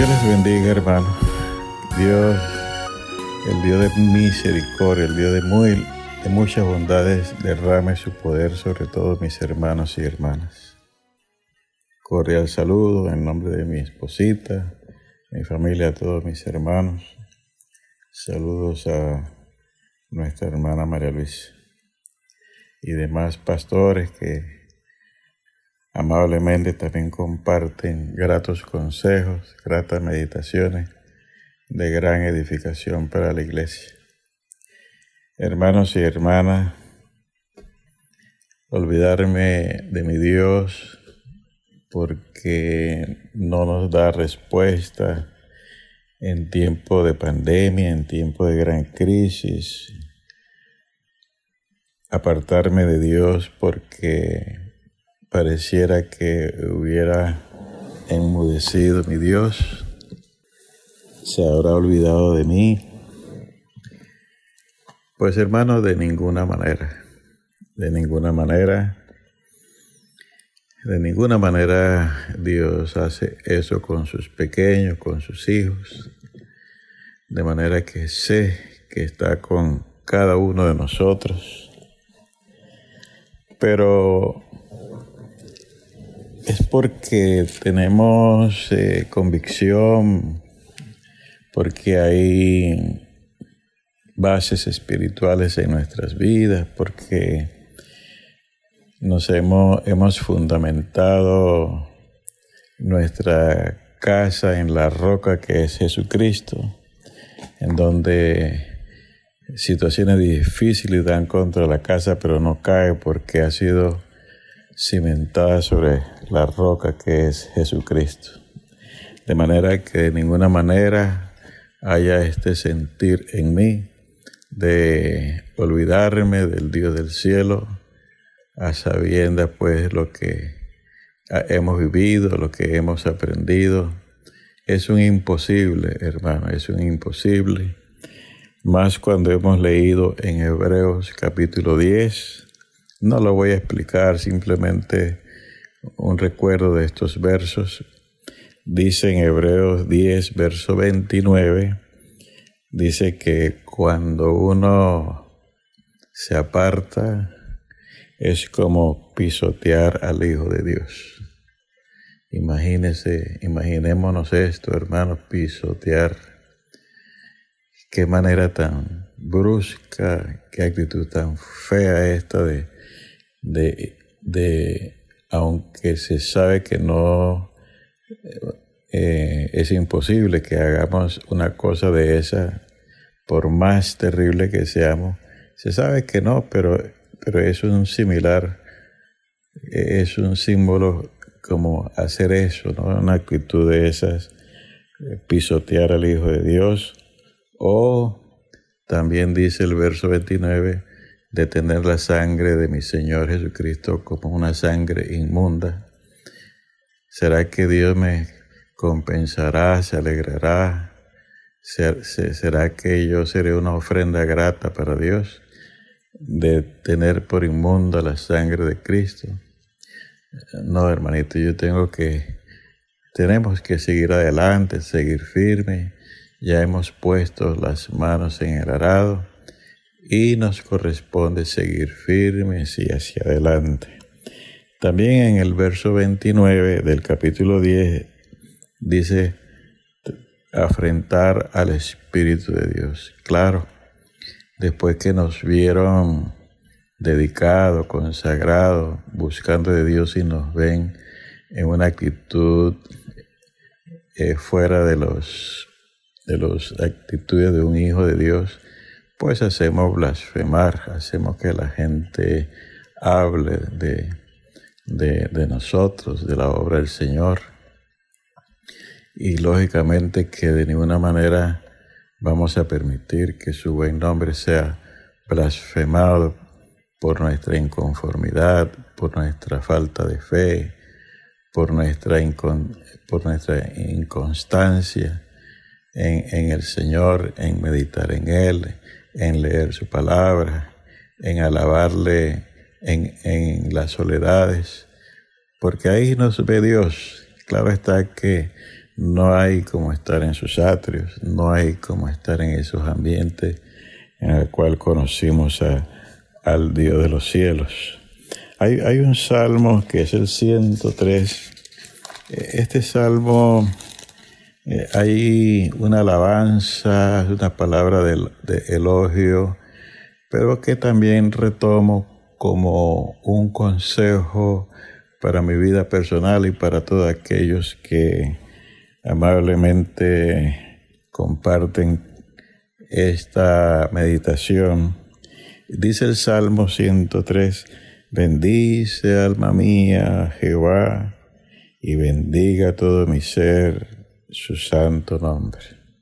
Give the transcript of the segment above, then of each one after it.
les bendiga, hermano. Dios, el Dios de misericordia, el Dios de muchas bondades, derrame su poder sobre todos mis hermanos y hermanas. Cordial saludo en nombre de mi esposita, mi familia, a todos mis hermanos. Saludos a nuestra hermana María Luisa y demás pastores que amablemente también comparten gratos consejos, gratas meditaciones de gran edificación para la iglesia. Hermanos y hermanas, olvidarme de mi Dios porque no nos da respuesta en tiempo de pandemia, en tiempo de gran crisis. Apartarme de Dios porque pareciera que hubiera enmudecido mi Dios, se habrá olvidado de mí. Pues hermano, de ninguna manera Dios hace eso con sus pequeños, con sus hijos, de manera que sé que está con cada uno de nosotros, pero es porque tenemos convicción, porque hay bases espirituales en nuestras vidas, porque nos hemos fundamentado nuestra casa en la roca que es Jesucristo, en donde situaciones difíciles dan contra la casa, pero no cae porque ha sido cimentada sobre la roca que es Jesucristo. De manera que de ninguna manera haya este sentir en mí de olvidarme del Dios del cielo, a sabiendas pues lo que hemos vivido, lo que hemos aprendido. Es un imposible, hermano, es un imposible. Más cuando hemos leído en Hebreos capítulo 10. No lo voy a explicar, simplemente un recuerdo de estos versos. Dice en Hebreos 10, verso 29, dice que cuando uno se aparta es como pisotear al Hijo de Dios. Imaginémonos esto, hermanos, pisotear. Qué manera tan brusca, qué actitud tan fea esta de aunque se sabe que no es imposible que hagamos una cosa de esa, por más terrible que seamos, se sabe que no, pero es un similar, es un símbolo como hacer eso, ¿no? Una actitud de esas, pisotear al Hijo de Dios, o también dice el verso 29, de tener la sangre de mi Señor Jesucristo como una sangre inmunda. ¿Será que Dios me compensará, se alegrará? ¿Será que yo seré una ofrenda grata para Dios de tener por inmunda la sangre de Cristo? No, hermanito, tenemos que seguir adelante, seguir firme. Ya hemos puesto las manos en el arado y nos corresponde seguir firmes y hacia adelante. También en el verso 29 del capítulo 10 dice afrentar al Espíritu de Dios. Claro, después que nos vieron dedicados, consagrados, buscando de Dios y nos ven en una actitud fuera de las actitudes de un hijo de Dios, pues hacemos blasfemar, hacemos que la gente hable de nosotros, de la obra del Señor. Y lógicamente que de ninguna manera vamos a permitir que su buen nombre sea blasfemado por nuestra inconformidad, por nuestra falta de fe, por nuestra inconstancia en el Señor, en meditar en Él, en leer su palabra, en alabarle en las soledades, porque ahí nos ve Dios. Claro está que No hay como estar en sus atrios, no hay como estar en esos ambientes en el cual conocimos al Dios de los cielos. Hay un salmo que es el 103. Este salmo, hay una alabanza, una palabra de elogio, pero que también retomo como un consejo para mi vida personal y para todos aquellos que amablemente comparten esta meditación. Dice el Salmo 103, bendice alma mía a Jehová y bendiga todo mi ser su santo nombre.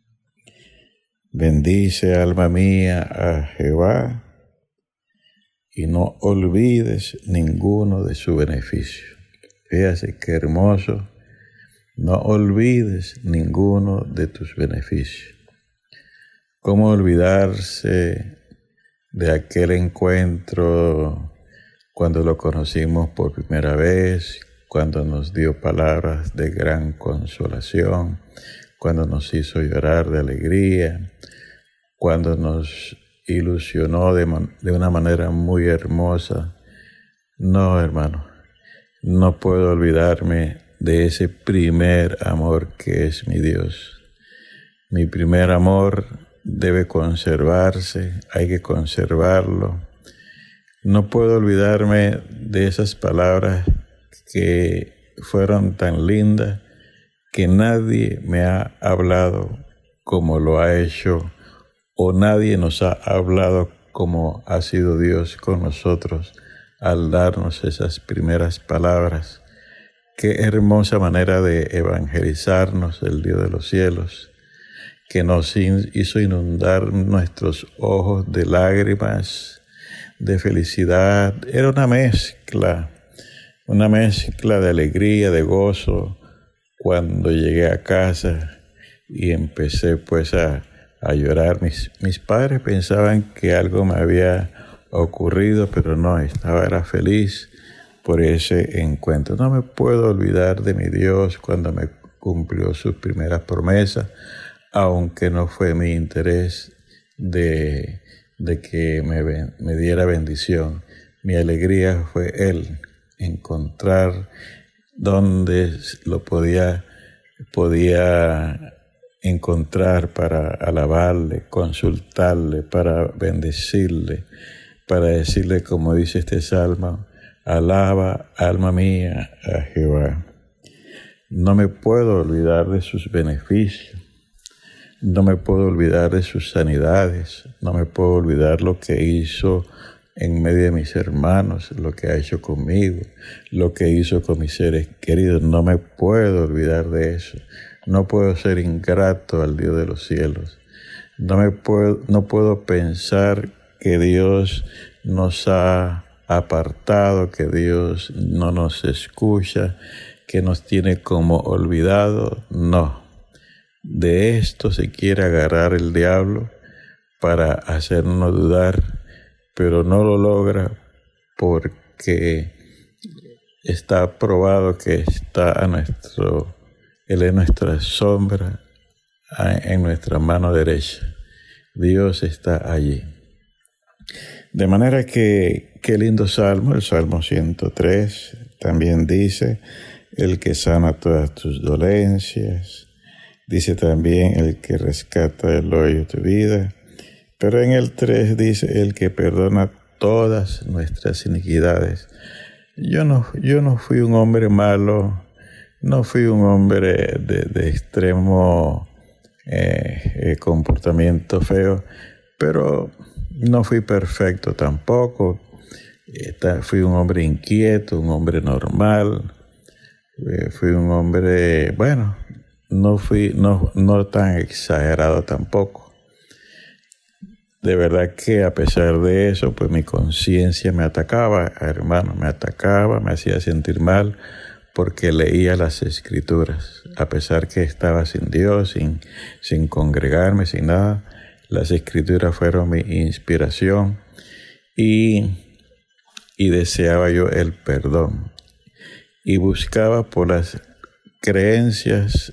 Bendice alma mía a Jehová y no olvides ninguno de su beneficio. Fíjate qué hermoso. No olvides ninguno de tus beneficios. ¿Cómo olvidarse de aquel encuentro cuando lo conocimos por primera vez, cuando nos dio palabras de gran consolación, cuando nos hizo llorar de alegría, cuando nos ilusionó de una manera muy hermosa? No, hermano, no puedo olvidarme de ese primer amor que es mi Dios. Mi primer amor debe conservarse, hay que conservarlo. No puedo olvidarme de esas palabras que fueron tan lindas que nadie me ha hablado como lo ha hecho, o nadie nos ha hablado como ha sido Dios con nosotros al darnos esas primeras palabras. Qué hermosa manera de evangelizarnos el Dios de los cielos, que nos hizo inundar nuestros ojos de lágrimas, de felicidad. Era una mezcla de alegría, de gozo, cuando llegué a casa y empecé pues a llorar. Mis padres pensaban que algo me había ocurrido, pero no, era feliz por ese encuentro. No me puedo olvidar de mi Dios cuando me cumplió sus primeras promesas, aunque no fue mi interés de que me diera bendición. Mi alegría fue Él, encontrar donde lo podía encontrar para alabarle, consultarle, para bendecirle, para decirle, como dice este salmo, alaba, alma mía, a Jehová. No me puedo olvidar de sus beneficios. No me puedo olvidar de sus sanidades. No me puedo olvidar lo que hizo en medio de mis hermanos, lo que ha hecho conmigo, lo que hizo con mis seres queridos. No me puedo olvidar de eso. No puedo ser ingrato al Dios de los cielos. No puedo pensar que Dios nos ha apartado, que Dios no nos escucha, que nos tiene como olvidado. No. De esto se quiere agarrar el diablo para hacernos dudar, pero no lo logra porque está probado que Él es nuestra sombra en nuestra mano derecha. Dios está allí. De manera que, qué lindo salmo, el Salmo 103, también dice, el que sana todas tus dolencias. Dice también, el que rescata del hoyo tu vida. Pero en el 3 dice, el que perdona todas nuestras iniquidades. Yo no fui un hombre malo, no fui un hombre de extremo comportamiento feo, pero no fui perfecto tampoco. Fui un hombre inquieto, un hombre normal. Fui un hombre, bueno, no tan exagerado tampoco. De verdad que a pesar de eso, pues mi conciencia me atacaba, hermano, me hacía sentir mal porque leía las Escrituras. A pesar que estaba sin Dios, sin congregarme, sin nada, las Escrituras fueron mi inspiración y deseaba yo el perdón y buscaba por las creencias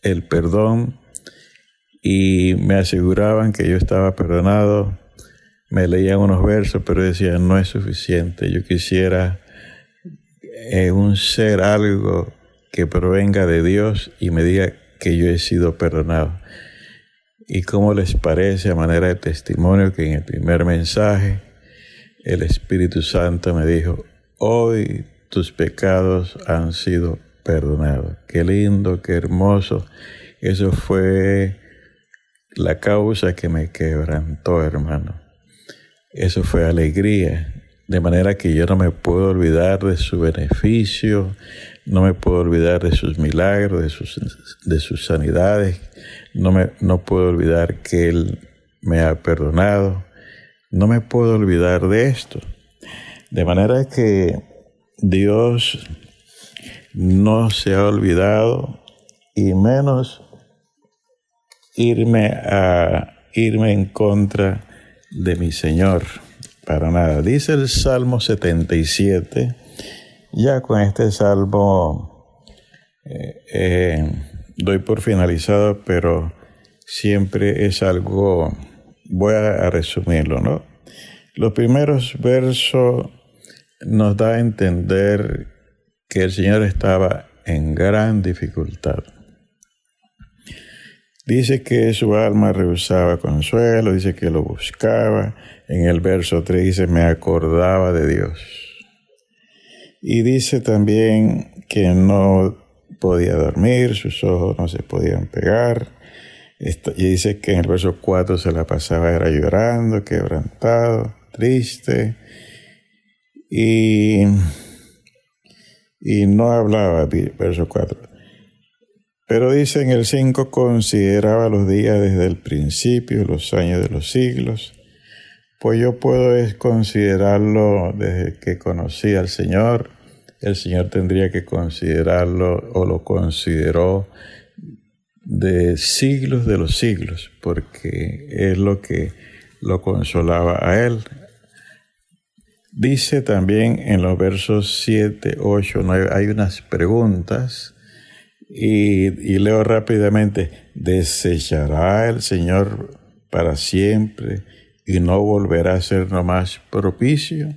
el perdón y me aseguraban que yo estaba perdonado. Me leían unos versos, pero decían, no es suficiente. Yo quisiera un ser, algo que provenga de Dios y me diga que yo he sido perdonado. ¿Y cómo les parece, a manera de testimonio, que en el primer mensaje el Espíritu Santo me dijo, hoy tus pecados han sido perdonados? Qué lindo, qué hermoso. Eso fue la causa que me quebrantó, hermano. Eso fue alegría. De manera que yo no me puedo olvidar de su beneficio, no me puedo olvidar de sus milagros, de sus sanidades, no puedo olvidar que Él me ha perdonado, no me puedo olvidar de esto. De manera que Dios no se ha olvidado, y menos irme en contra de mi Señor. Para nada. Dice el Salmo 77, ya con este salmo doy por finalizado, pero siempre es algo, voy a resumirlo, ¿no? Los primeros versos nos da a entender que el Señor estaba en gran dificultad. Dice que su alma rehusaba consuelo, dice que lo buscaba. En el verso 3 dice, me acordaba de Dios. Y dice también que no podía dormir, sus ojos no se podían pegar. Y dice que en el verso 4 se la pasaba era llorando, quebrantado, triste. Y no hablaba, verso 4. Pero dice en el 5, consideraba los días desde el principio, los años de los siglos. Pues yo puedo considerarlo desde que conocí al Señor. El Señor tendría que considerarlo, o lo consideró, de siglos de los siglos, porque es lo que lo consolaba a Él. Dice también en los versos 7, 8, 9, hay unas preguntas. Y leo rápidamente, ¿desechará el Señor para siempre y no volverá a ser nomás propicio?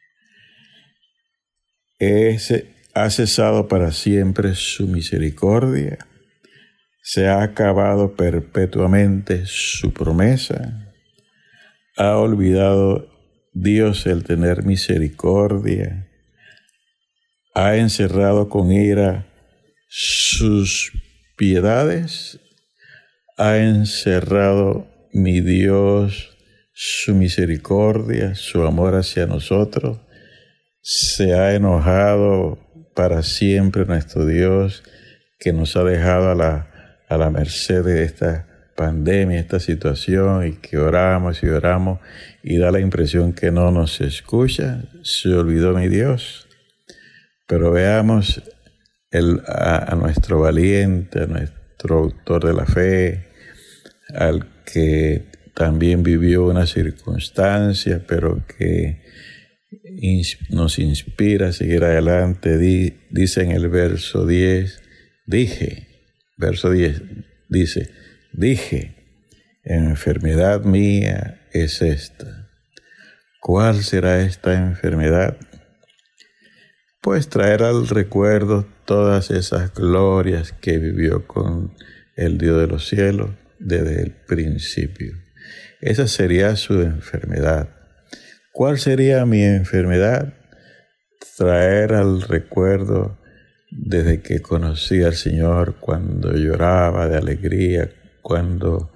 ¿Ha cesado para siempre su misericordia? ¿Se ha acabado perpetuamente su promesa? ¿Ha olvidado Dios el tener misericordia? ¿Ha encerrado con ira sus piedades? ¿Ha encerrado mi Dios su misericordia, su amor hacia nosotros? ¿Se ha enojado para siempre nuestro Dios, que nos ha dejado a la merced de esta pandemia, esta situación, y que oramos y oramos y da la impresión que no nos escucha? ¿Se olvidó mi Dios? Pero veamos a nuestro valiente, a nuestro autor de la fe, al que también vivió una circunstancia, pero que nos inspira a seguir adelante. Dice en el verso 10, dije, enfermedad mía es esta. ¿Cuál será esta enfermedad? Pues traer al recuerdo todas esas glorias que vivió con el Dios de los cielos desde el principio. Esa sería su enfermedad. ¿Cuál sería mi enfermedad? Traer al recuerdo desde que conocí al Señor, cuando lloraba de alegría, cuando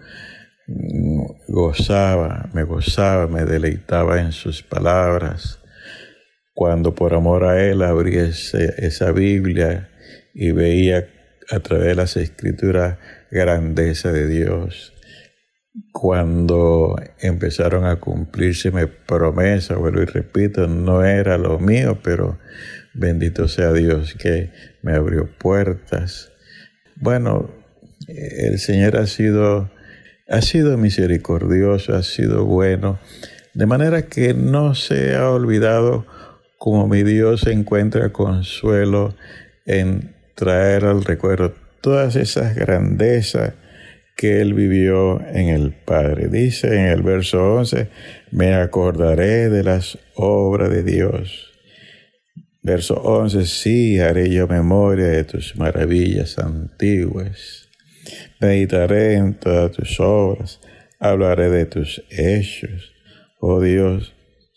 me deleitaba en sus palabras, cuando por amor a Él abrí esa Biblia y veía a través de las Escrituras grandeza de Dios, cuando empezaron a cumplírseme promesas, vuelvo y repito, no era lo mío, pero bendito sea Dios que me abrió puertas. Bueno, el Señor ha sido misericordioso, ha sido bueno, de manera que no se ha olvidado como mi Dios encuentra consuelo en traer al recuerdo todas esas grandezas que él vivió en el Padre. Dice en el verso 11, me acordaré de las obras de Dios. Verso 11, sí, haré yo memoria de tus maravillas antiguas. Meditaré en todas tus obras, hablaré de tus hechos. Oh Dios,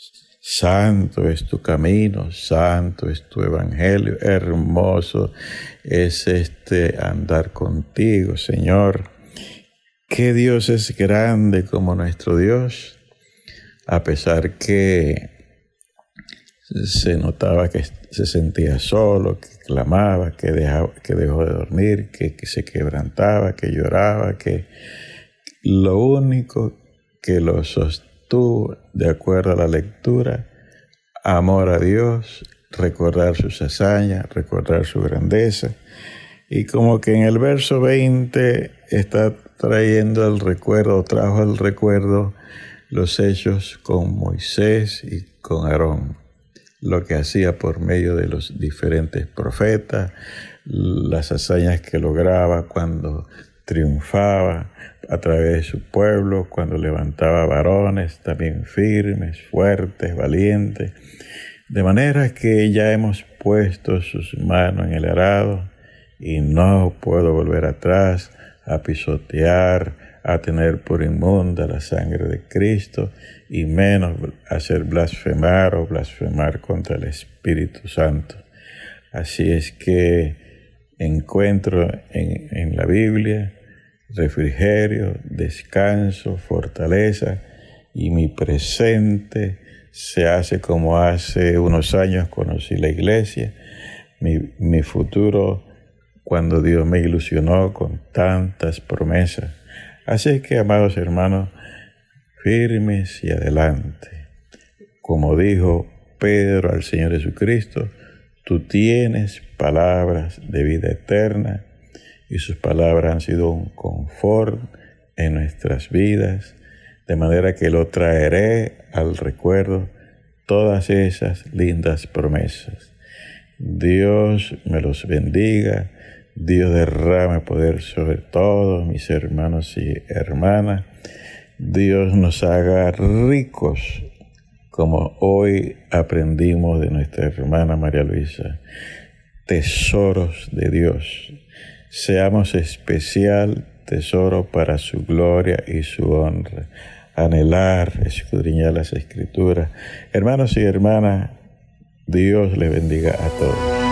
santo es tu camino, santo es tu evangelio, hermoso es andar contigo, Señor. ¿Qué Dios es grande como nuestro Dios? A pesar que se notaba que se sentía solo, que clamaba, que dejó de dormir, que se quebrantaba, que lloraba, que lo único que lo sostuvo, de acuerdo a la lectura, amor a Dios, recordar sus hazañas, recordar su grandeza. Y como que en el verso 20 está trayendo el recuerdo, trajo el recuerdo los hechos con Moisés y con Aarón, lo que hacía por medio de los diferentes profetas, las hazañas que lograba cuando triunfaba a través de su pueblo, cuando levantaba varones también firmes, fuertes, valientes, de manera que ya hemos puesto sus manos en el arado y no puedo volver atrás a pisotear, a tener por inmunda la sangre de Cristo y menos hacer blasfemar contra el Espíritu Santo. Así es que encuentro en la Biblia refrigerio, descanso, fortaleza, y mi presente se hace como hace unos años conocí la iglesia, mi futuro cuando Dios me ilusionó con tantas promesas. Así que, amados hermanos, firmes y adelante. Como dijo Pedro al Señor Jesucristo, tú tienes palabras de vida eterna y sus palabras han sido un confort en nuestras vidas, de manera que lo traeré al recuerdo todas esas lindas promesas. Dios me los bendiga. Dios derrame poder sobre todos mis hermanos y hermanas. Dios nos haga ricos, como hoy aprendimos de nuestra hermana María Luisa. Tesoros de Dios. Seamos especial tesoro para su gloria y su honra. Anhelar, escudriñar las Escrituras. Hermanos y hermanas, Dios les bendiga a todos.